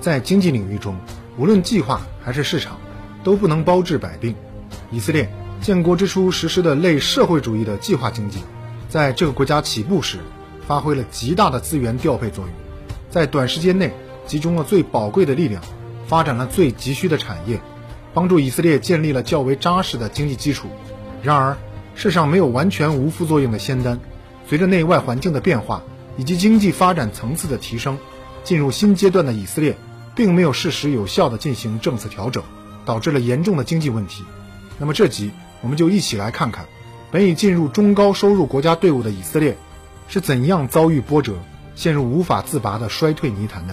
在经济领域中，无论计划还是市场，都不能包治百病。以色列建国之初实施的类社会主义的计划经济，在这个国家起步时发挥了极大的资源调配作用，在短时间内集中了最宝贵的力量，发展了最急需的产业，帮助以色列建立了较为扎实的经济基础。然而，世上没有完全无副作用的仙丹，随着内外环境的变化以及经济发展层次的提升，进入新阶段的以色列并没有适时有效地进行政策调整，导致了严重的经济问题。那么这集我们就一起来看看，本已进入中高收入国家队伍的以色列是怎样遭遇波折，陷入无法自拔的衰退泥潭的。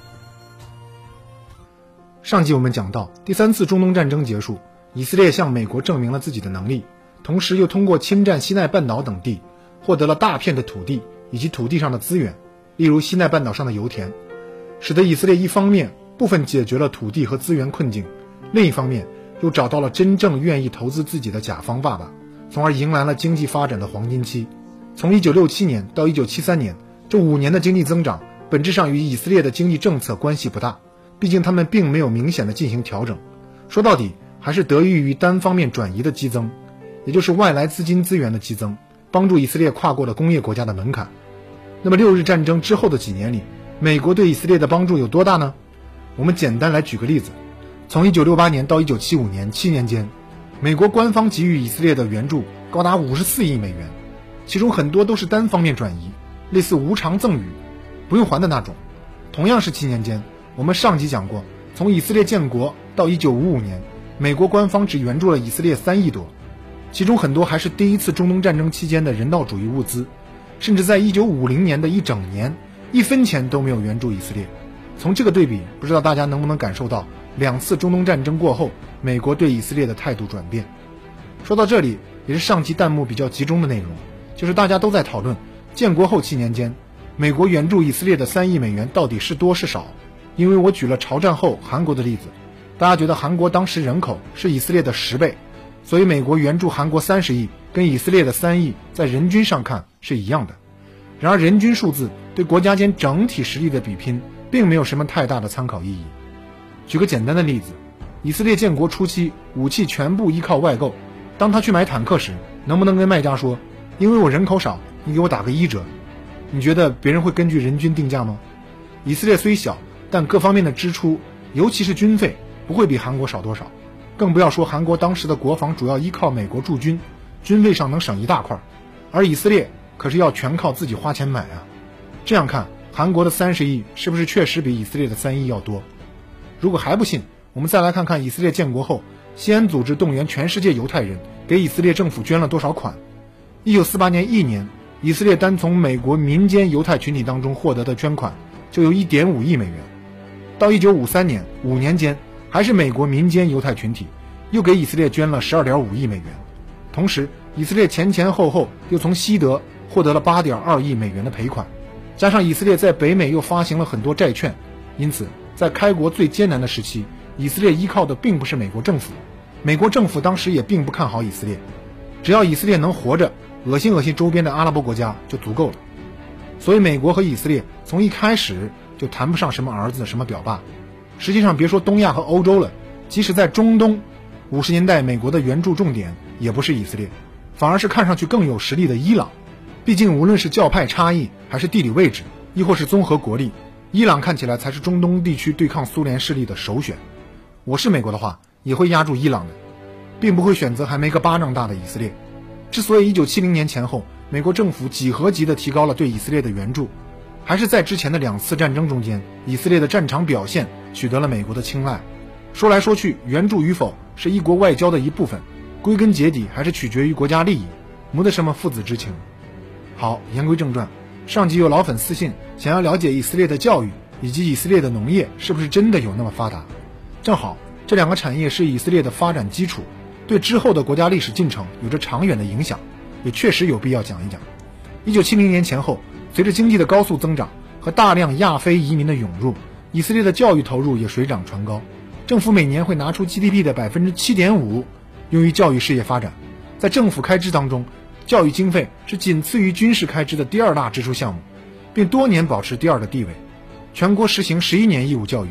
上集我们讲到，第3次中东战争结束，以色列向美国证明了自己的能力，同时又通过侵占西奈半岛等地，获得了大片的土地以及土地上的资源，例如西奈半岛上的油田，使得以色列一方面部分解决了土地和资源困境，另一方面又找到了真正愿意投资自己的甲方爸爸，从而迎来了经济发展的黄金期。从1967年到1973年，这5年的经济增长本质上与以色列的经济政策关系不大，毕竟他们并没有明显的进行调整，说到底还是得益于单方面转移的激增，也就是外来资金资源的激增，帮助以色列跨过了工业国家的门槛。那么6日战争之后的几年里，美国对以色列的帮助有多大呢？我们简单来举个例子，从1968年到1975年7年间，美国官方给予以色列的援助高达54亿美元，其中很多都是单方面转移，类似无偿赠与，不用还的那种。同样是7年间，我们上集讲过，从以色列建国到1955年，美国官方只援助了以色列3亿多，其中很多还是第1次中东战争期间的人道主义物资，甚至在1950年的一整年，1分钱都没有援助以色列。从这个对比，不知道大家能不能感受到2次中东战争过后美国对以色列的态度转变。说到这里，也是上期弹幕比较集中的内容，就是大家都在讨论建国后7年间美国援助以色列的3亿美元到底是多是少。因为我举了朝战后韩国的例子，大家觉得韩国当时人口是以色列的10倍，所以美国援助韩国30亿跟以色列的3亿在人均上看是一样的。然而人均数字对国家间整体实力的比拼并没有什么太大的参考意义。举个简单的例子，以色列建国初期武器全部依靠外购，当他去买坦克时，能不能跟卖家说，因为我人口少，你给我打个1折？你觉得别人会根据人均定价吗？以色列虽小，但各方面的支出，尤其是军费，不会比韩国少多少，更不要说韩国当时的国防主要依靠美国驻军，军费上能省一大块，而以色列可是要全靠自己花钱买啊。这样看，韩国的30亿是不是确实比以色列的3亿要多？如果还不信，我们再来看看以色列建国后，西安组织动员全世界犹太人给以色列政府捐了多少款。1948年一年，以色列单从美国民间犹太群体当中获得的捐款就有 1.5 亿美元。到1953年5年间，还是美国民间犹太群体又给以色列捐了 12.5 亿美元。同时以色列前后又从西德获得了 8.2 亿美元的赔款，加上以色列在北美又发行了很多债券，因此在开国最艰难的时期，以色列依靠的并不是美国政府，美国政府当时也并不看好以色列，只要以色列能活着，恶心周边的阿拉伯国家就足够了。所以美国和以色列从一开始就谈不上什么儿子什么表爸。实际上别说东亚和欧洲了，即使在中东，50年代美国的援助重点也不是以色列，反而是看上去更有实力的伊朗。毕竟无论是教派差异，还是地理位置，亦或是综合国力，伊朗看起来才是中东地区对抗苏联势力的首选。我是美国的话，也会压住伊朗的，并不会选择还没个巴掌大的以色列。之所以1970年前后美国政府几何级地提高了对以色列的援助，还是在之前的2次战争中间，以色列的战场表现取得了美国的青睐。说来说去，援助与否是一国外交的一部分，归根结底还是取决于国家利益，没得什么父子之情。好，言归正传，上集有老粉私信想要了解以色列的教育以及以色列的农业是不是真的有那么发达。正好这2个产业是以色列的发展基础，对之后的国家历史进程有着长远的影响，也确实有必要讲一讲。1970年前后，随着经济的高速增长和大量亚非移民的涌入，以色列的教育投入也水涨船高，政府每年会拿出 GDP 的 7.5% 用于教育事业发展。在政府开支当中，教育经费是仅次于军事开支的第2大支出项目，并多年保持第2的地位。全国实行11年义务教育，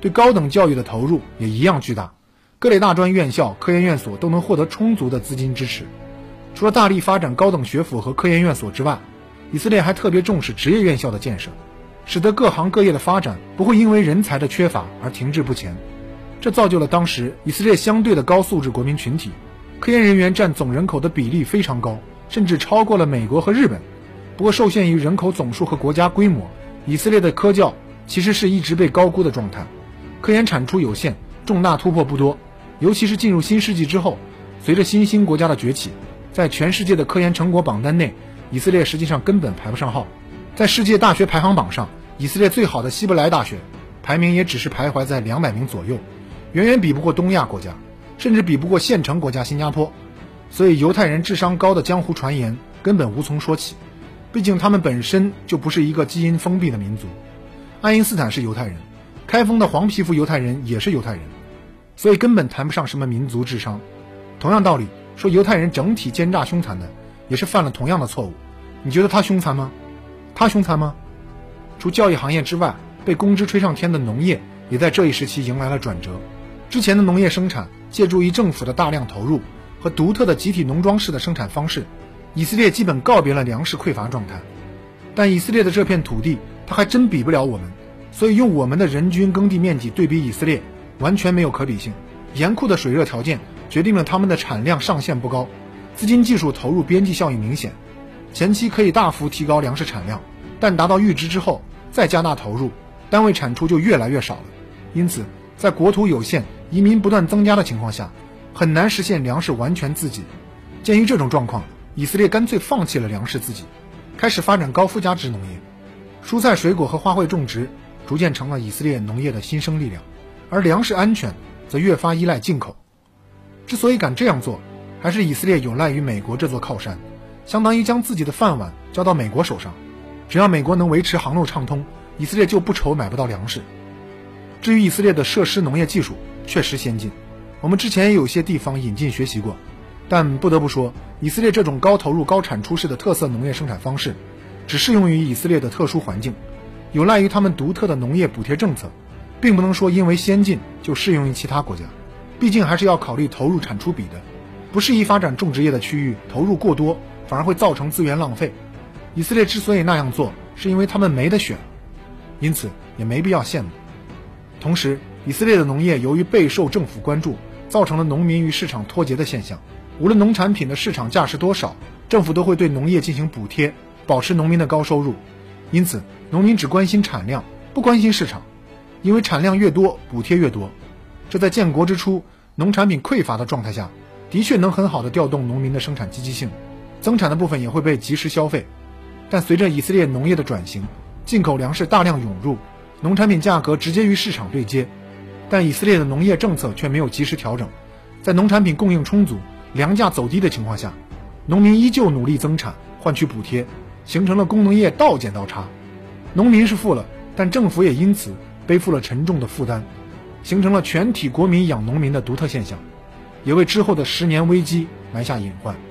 对高等教育的投入也一样巨大，各类大专院校、科研院所都能获得充足的资金支持。除了大力发展高等学府和科研院所之外，以色列还特别重视职业院校的建设，使得各行各业的发展不会因为人才的缺乏而停滞不前。这造就了当时以色列相对的高素质国民群体，科研人员占总人口的比例非常高，甚至超过了美国和日本。不过受限于人口总数和国家规模，以色列的科教其实是一直被高估的状态，科研产出有限，重大突破不多。尤其是进入新世纪之后，随着新兴国家的崛起，在全世界的科研成果榜单内，以色列实际上根本排不上号。在世界大学排行榜上，以色列最好的希伯来大学排名也只是徘徊在200名左右，远远比不过东亚国家，甚至比不过县城国家新加坡。所以犹太人智商高的江湖传言根本无从说起，毕竟他们本身就不是一个基因封闭的民族。爱因斯坦是犹太人，开封的黄皮肤犹太人也是犹太人，所以根本谈不上什么民族智商。同样道理，说犹太人整体奸诈凶残的，也是犯了同样的错误。你觉得他凶残吗？他凶残吗？除教育行业之外，被工资吹上天的农业也在这一时期迎来了转折。之前的农业生产借助于政府的大量投入和独特的集体农庄式的生产方式，以色列基本告别了粮食匮乏状态。但以色列的这片土地它还真比不了我们，所以用我们的人均耕地面积对比以色列完全没有可比性。严酷的水热条件决定了他们的产量上限不高，资金技术投入边际效益明显，前期可以大幅提高粮食产量，但达到阈值之后再加大投入，单位产出就越来越少了。因此在国土有限、移民不断增加的情况下，很难实现粮食完全自给。鉴于这种状况，以色列干脆放弃了粮食自给，开始发展高附加值农业，蔬菜水果和花卉种植逐渐成了以色列农业的新生力量，而粮食安全则越发依赖进口。之所以敢这样做，还是以色列有赖于美国这座靠山，相当于将自己的饭碗交到美国手上，只要美国能维持航路畅通，以色列就不愁买不到粮食。至于以色列的设施农业技术确实先进，我们之前也有些地方引进学习过，但不得不说，以色列这种高投入高产出式的特色农业生产方式只适用于以色列的特殊环境，有赖于他们独特的农业补贴政策，并不能说因为先进就适用于其他国家，毕竟还是要考虑投入产出比的。不适宜发展种植业的区域投入过多，反而会造成资源浪费。以色列之所以那样做，是因为他们没得选，因此也没必要羡慕。同时，以色列的农业由于备受政府关注，造成了农民与市场脱节的现象。无论农产品的市场价是多少，政府都会对农业进行补贴，保持农民的高收入。因此，农民只关心产量，不关心市场，因为产量越多，补贴越多。这在建国之初，农产品匮乏的状态下，的确能很好的调动农民的生产积极性，增产的部分也会被及时消费。但随着以色列农业的转型，进口粮食大量涌入，农产品价格直接与市场对接，但以色列的农业政策却没有及时调整。在农产品供应充足、粮价走低的情况下，农民依旧努力增产换取补贴，形成了工农业倒剪刀差。农民是富了，但政府也因此背负了沉重的负担，形成了全体国民养农民的独特现象，也为之后的10年危机埋下隐患。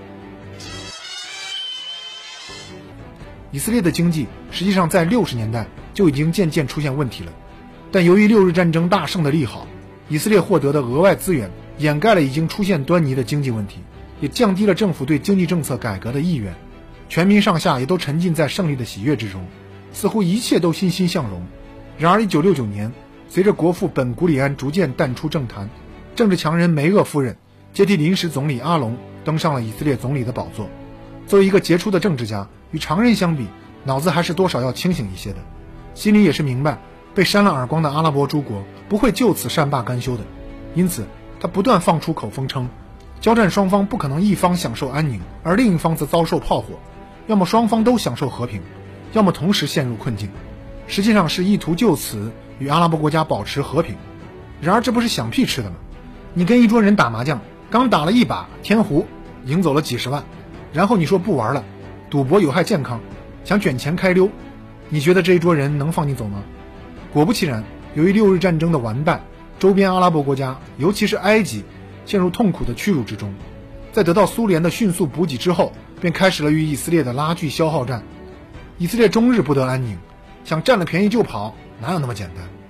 以色列的经济实际上在60年代就已经渐渐出现问题了，但由于6日战争大胜的利好，以色列获得的额外资源掩盖了已经出现端倪的经济问题，也降低了政府对经济政策改革的意愿。全民上下也都沉浸在胜利的喜悦之中，似乎一切都欣欣向荣。然而1969年，随着国父本古里安逐渐淡出政坛，政治强人梅厄夫人接替临时总理阿隆登上了以色列总理的宝座。作为一个杰出的政治家，与常人相比，脑子还是多少要清醒一些的，心里也是明白被扇了耳光的阿拉伯诸国不会就此善罢甘休的。因此他不断放出口风称，交战双方不可能一方享受安宁，而另一方则遭受炮火，要么双方都享受和平，要么同时陷入困境。实际上是意图就此与阿拉伯国家保持和平。然而这不是想屁吃的吗？你跟一桌人打麻将，刚打了一把天胡，赢走了几十万，然后你说不玩了，赌博有害健康，想卷钱开溜，你觉得这一桌人能放你走吗？果不其然，由于6日战争的完败，周边阿拉伯国家，尤其是埃及，陷入痛苦的屈辱之中。在得到苏联的迅速补给之后，便开始了与以色列的拉锯消耗战。以色列终日不得安宁，想占了便宜就跑，哪有那么简单？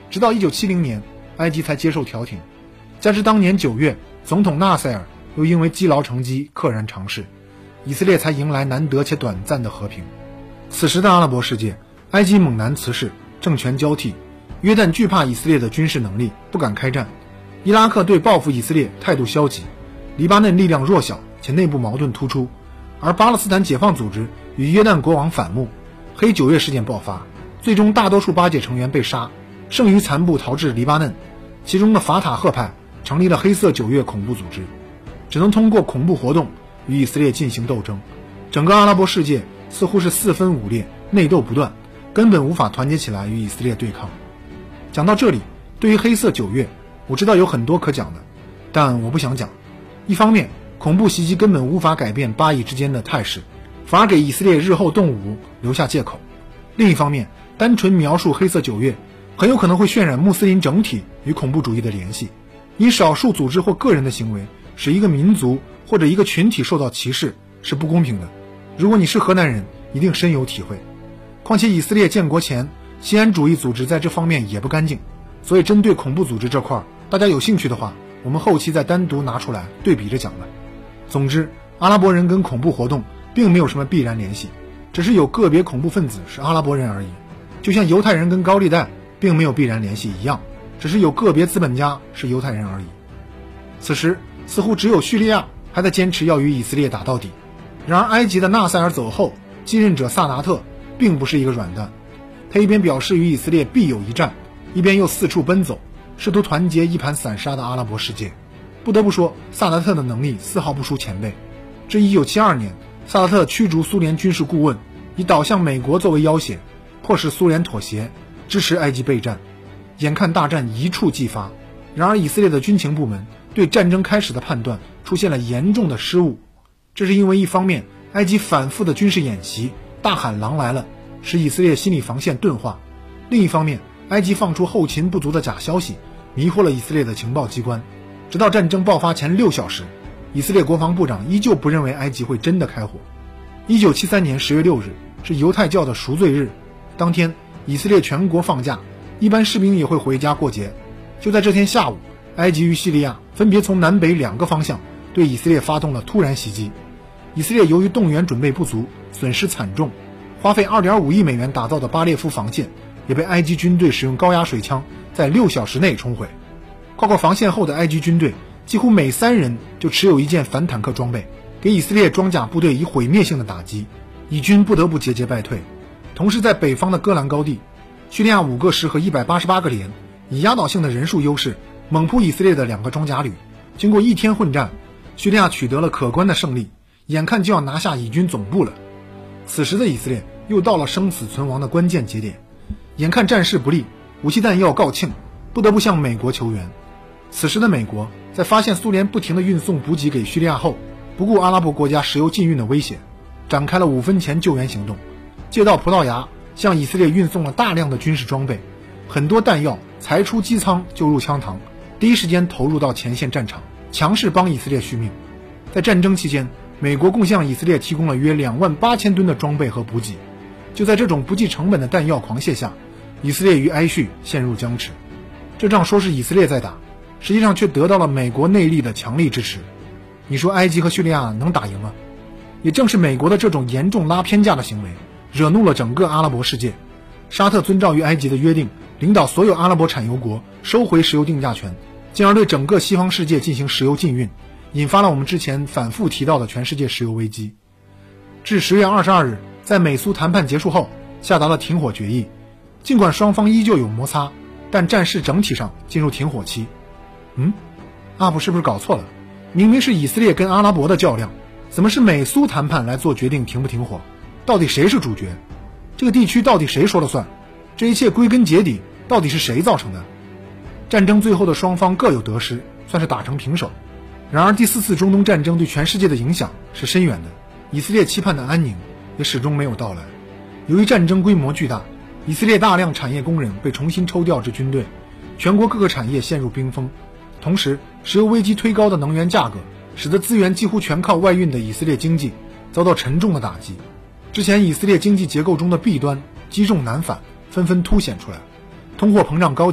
直到1970年，埃及才接受调停。加之当年9月，总统纳赛尔又因为积劳成疾溘然长逝，以色列才迎来难得且短暂的和平。此时的阿拉伯世界，埃及猛然辞世，政权交替，约旦惧怕以色列的军事能力，不敢开战，伊拉克对报复以色列态度消极，黎巴嫩力量弱小且内部矛盾突出，而巴勒斯坦解放组织与约旦国王反目，黑9月事件爆发，最终大多数巴解成员被杀，剩余残部逃至黎巴嫩，其中的法塔赫派成立了黑色9月恐怖组织，只能通过恐怖活动与以色列进行斗争。整个阿拉伯世界似乎是四分五裂，内斗不断，根本无法团结起来与以色列对抗。讲到这里，对于黑色9月，我知道有很多可讲的，但我不想讲。一方面，恐怖袭击根本无法改变巴以之间的态势，反而给以色列日后动武留下借口。另一方面，单纯描述黑色9月，很有可能会渲染穆斯林整体与恐怖主义的联系，以少数组织或个人的行为使一个民族或者一个群体受到歧视，是不公平的。如果你是河南人，一定深有体会。况且以色列建国前，西安主义组织在这方面也不干净，所以针对恐怖组织这块，大家有兴趣的话，我们后期再单独拿出来对比着讲吧。总之，阿拉伯人跟恐怖活动并没有什么必然联系，只是有个别恐怖分子是阿拉伯人而已，就像犹太人跟高利贷并没有必然联系一样，只是有个别资本家是犹太人而已。此时似乎只有叙利亚还在坚持要与以色列打到底，然而埃及的纳赛尔走后，继任者萨达特并不是一个软蛋，他一边表示与以色列必有一战，一边又四处奔走，试图团结一盘散沙的阿拉伯世界。不得不说，萨达特的能力丝毫不输前辈。至1972年，萨达特驱逐苏联军事顾问，以倒向美国作为要挟，迫使苏联妥协，支持埃及备战。眼看大战一触即发，然而以色列的军情部门对战争开始的判断出现了严重的失误。这是因为一方面，埃及反复的军事演习，大喊狼来了，使以色列心理防线钝化；另一方面，埃及放出后勤不足的假消息，迷惑了以色列的情报机关。直到战争爆发前6小时，以色列国防部长依旧不认为埃及会真的开火。1973年10月6日是犹太教的赎罪日，当天以色列全国放假，一般士兵也会回家过节。就在这天下午，埃及与叙利亚分别从南北2个方向对以色列发动了突然袭击。以色列由于动员准备不足，损失惨重，花费2.5亿美元打造的巴列夫防线也被埃及军队使用高压水枪在6小时内冲毁。跨过防线后的埃及军队几乎每3人就持有一件反坦克装备，给以色列装甲部队以毁灭性的打击，以军不得不节节败退。同时在北方的戈兰高地，叙利亚5个师和188个连以压倒性的人数优势猛扑以色列的2个装甲旅。经过1天混战，叙利亚取得了可观的胜利，眼看就要拿下以军总部了。此时的以色列又到了生死存亡的关键节点，眼看战事不利，武器弹药告罄，不得不向美国求援。此时的美国在发现苏联不停地运送补给给叙利亚后，不顾阿拉伯国家石油禁运的威胁，展开了5分钱救援行动。借道葡萄牙向以色列运送了大量的军事装备，很多弹药才出机舱就入枪膛，第一时间投入到前线战场，强势帮以色列续命。在战争期间，美国共向以色列提供了约28000吨的装备和补给。就在这种不计成本的弹药狂泻下，以色列与埃叙陷入僵持。这仗说是以色列在打，实际上却得到了美国内力的强力支持。你说埃及和叙利亚能打赢吗？也正是美国的这种严重拉偏架的行为，惹怒了整个阿拉伯世界。沙特遵照与埃及的约定，领导所有阿拉伯产油国收回石油定价权，进而对整个西方世界进行石油禁运，引发了我们之前反复提到的全世界石油危机。至10月22日，在美苏谈判结束后，下达了停火决议。尽管双方依旧有摩擦，但战事整体上进入停火期。UP是不是搞错了？明明是以色列跟阿拉伯的较量，怎么是美苏谈判来做决定停不停火？到底谁是主角？这个地区到底谁说了算？这一切归根结底到底是谁造成的？战争最后的双方各有得失，算是打成平手。然而第4次中东战争对全世界的影响是深远的，以色列期盼的安宁也始终没有到来。由于战争规模巨大，以色列大量产业工人被重新抽调至军队，全国各个产业陷入冰封。同时，石油危机推高的能源价格，使得资源几乎全靠外运的以色列经济遭到沉重的打击。之前以色列经济结构中的弊端积重难返，纷纷凸显出来。通货膨胀高企，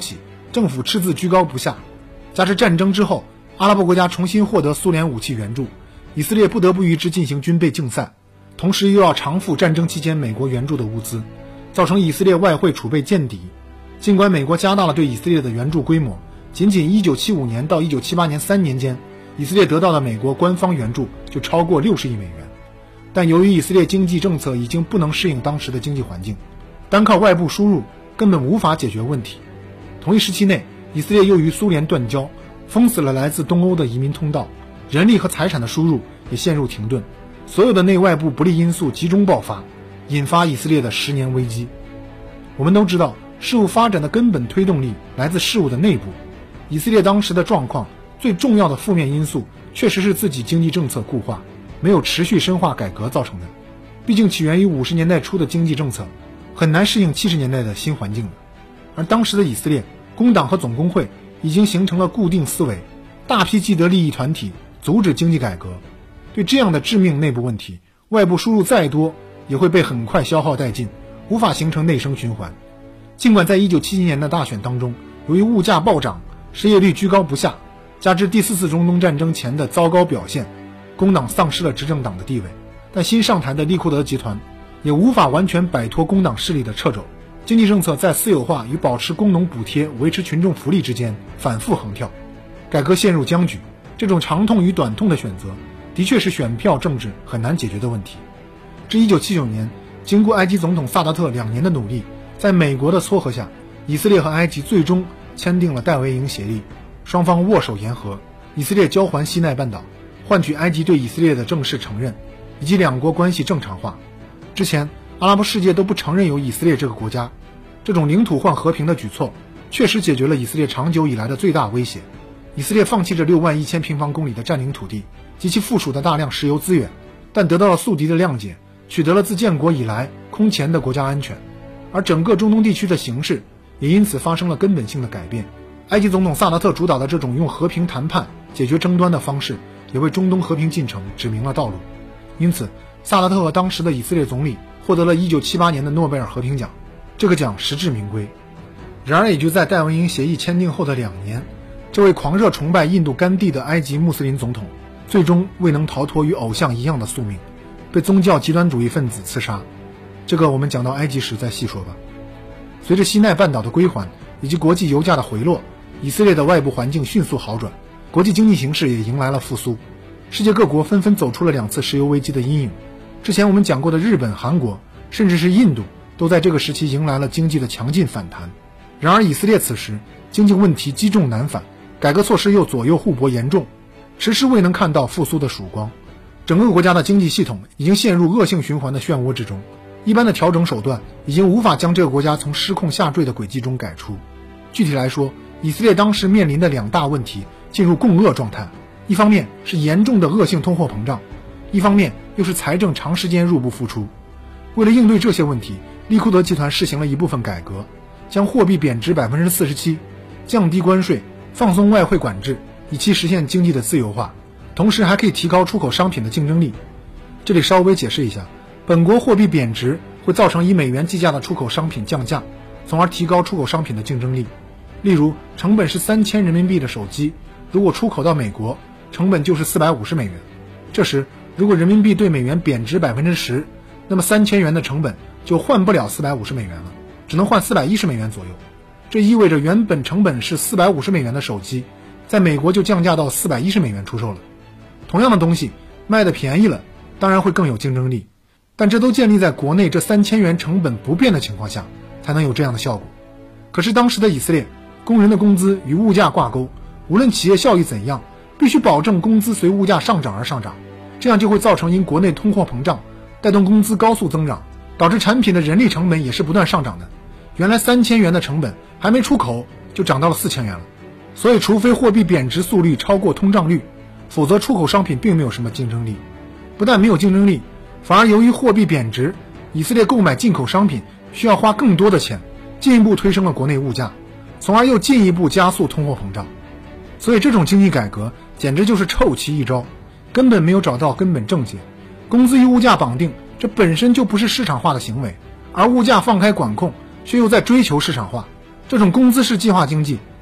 政府赤字居高不下，加之战争之后阿拉伯国家重新获得苏联武器援助，以色列不得不与之进行军备竞赛，同时又要偿付战争期间美国援助的物资，造成以色列外汇储备见底。尽管美国加大了对以色列的援助规模，仅仅1975年到1978年3年间，以色列得到的美国官方援助就超过60亿美元。但由于以色列经济政策已经不能适应当时的经济环境，单靠外部输入根本无法解决问题。同一时期内，以色列又与苏联断交，封死了来自东欧的移民通道，人力和财产的输入也陷入停顿，所有的内外部不利因素集中爆发，引发以色列的10年危机。我们都知道，事物发展的根本推动力来自事物的内部。以色列当时的状况最重要的负面因素确实是自己经济政策固化，没有持续深化改革造成的。毕竟起源于50年代初的经济政策很难适应70年代的新环境了。而当时的以色列工党和总工会已经形成了固定思维，大批既得利益团体阻止经济改革。对这样的致命内部问题，外部输入再多也会被很快消耗殆尽，无法形成内生循环。尽管在1977年的大选当中，由于物价暴涨，失业率居高不下，加之第4次中东战争前的糟糕表现，工党丧失了执政党的地位，但新上台的利库德集团也无法完全摆脱工党势力的掣肘。经济政策在私有化与保持工农补贴、维持群众福利之间反复横跳，改革陷入僵局。这种长痛与短痛的选择，的确是选票政治很难解决的问题。至1979年，经过埃及总统萨达特2年的努力，在美国的撮合下，以色列和埃及最终签订了戴维营协议，双方握手言和，以色列交还西奈半岛，换取埃及对以色列的正式承认，以及两国关系正常化。之前阿拉伯世界都不承认有以色列这个国家，这种领土换和平的举措确实解决了以色列长久以来的最大威胁。以色列放弃着61000平方公里的占领土地及其附属的大量石油资源，但得到了宿敌的谅解，取得了自建国以来空前的国家安全。而整个中东地区的形势也因此发生了根本性的改变。埃及总统萨达特主导的这种用和平谈判解决争端的方式，也为中东和平进程指明了道路。因此萨达特和当时的以色列总理获得了1978年的诺贝尔和平奖，这个奖实至名归。然而也就在戴维营协议签订后的2年，这位狂热崇拜印度甘地的埃及穆斯林总统最终未能逃脱与偶像一样的宿命，被宗教极端主义分子刺杀。这个我们讲到埃及时再细说吧。随着西奈半岛的归还以及国际油价的回落，以色列的外部环境迅速好转，国际经济形势也迎来了复苏。世界各国纷纷走出了2次石油危机的阴影。之前我们讲过的日本、韩国，甚至是印度，都在这个时期迎来了经济的强劲反弹。然而以色列此时经济问题积重难返，改革措施又左右互搏严重，迟迟未能看到复苏的曙光。整个国家的经济系统已经陷入恶性循环的漩涡之中，一般的调整手段已经无法将这个国家从失控下坠的轨迹中改出。具体来说，以色列当时面临的2大问题进入共恶状态，一方面是严重的恶性通货膨胀，一方面又是财政长时间入不敷出。为了应对这些问题，利库德集团实行了一部分改革，将货币贬值 47%， 降低关税，放松外汇管制，以期实现经济的自由化，同时还可以提高出口商品的竞争力。这里稍微解释一下，本国货币贬值会造成以美元计价的出口商品降价，从而提高出口商品的竞争力。例如成本是3000人民币的手机，如果出口到美国，成本就是450美元。这时如果人民币对美元贬值 10%， 那么3000元的成本就换不了450美元了，只能换410美元左右。这意味着原本成本是450美元的手机，在美国就降价到410美元出售了。同样的东西卖得便宜了，当然会更有竞争力，但这都建立在国内这3000元成本不变的情况下才能有这样的效果。可是当时的以色列工人的工资与物价挂钩，无论企业效益怎样，必须保证工资随物价上涨而上涨，这样就会造成因国内通货膨胀带动工资高速增长，导致产品的人力成本也是不断上涨的。原来3000元的成本还没出口就涨到了4000元了。所以除非货币贬值速率超过通胀率，否则出口商品并没有什么竞争力。不但没有竞争力，反而由于货币贬值，以色列购买进口商品需要花更多的钱，进一步推升了国内物价，从而又进一步加速通货膨胀。所以这种经济改革简直就是臭棋一招，根本没有找到根本症结。工资与物价绑定，这本身就不是市场化的行为，而物价放开管控却又在追求市场化。这种工资式计划经济，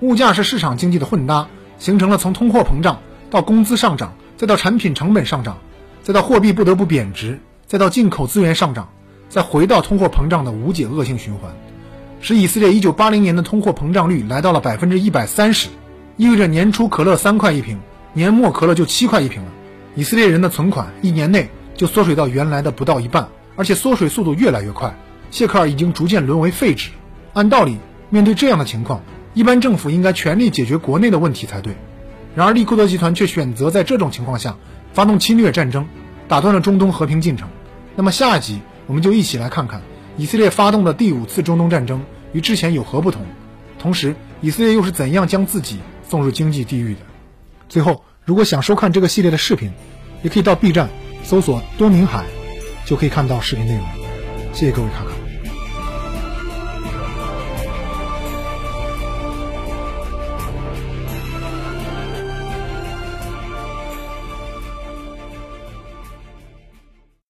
物价是市场经济的混搭，形成了从通货膨胀到工资上涨，再到产品成本上涨，再到货币不得不贬值，再到进口资源上涨，再回到通货膨胀的无解恶性循环，使以色列1980年的通货膨胀率来到了 130%， 意味着年初可乐3块一瓶，年末可乐就7块一瓶了。以色列人的存款1年内就缩水到原来的不到一半，而且缩水速度越来越快，谢克尔已经逐渐沦为废纸。按道理，面对这样的情况，一般政府应该全力解决国内的问题才对。然而利库德集团却选择在这种情况下发动侵略战争，打断了中东和平进程。那么下一集我们就一起来看看以色列发动的第5次中东战争与之前有何不同，同时以色列又是怎样将自己送入经济地狱的。最后，如果想收看这个系列的视频，也可以到 B 站搜索多明海，就可以看到视频内容。谢谢各位看看。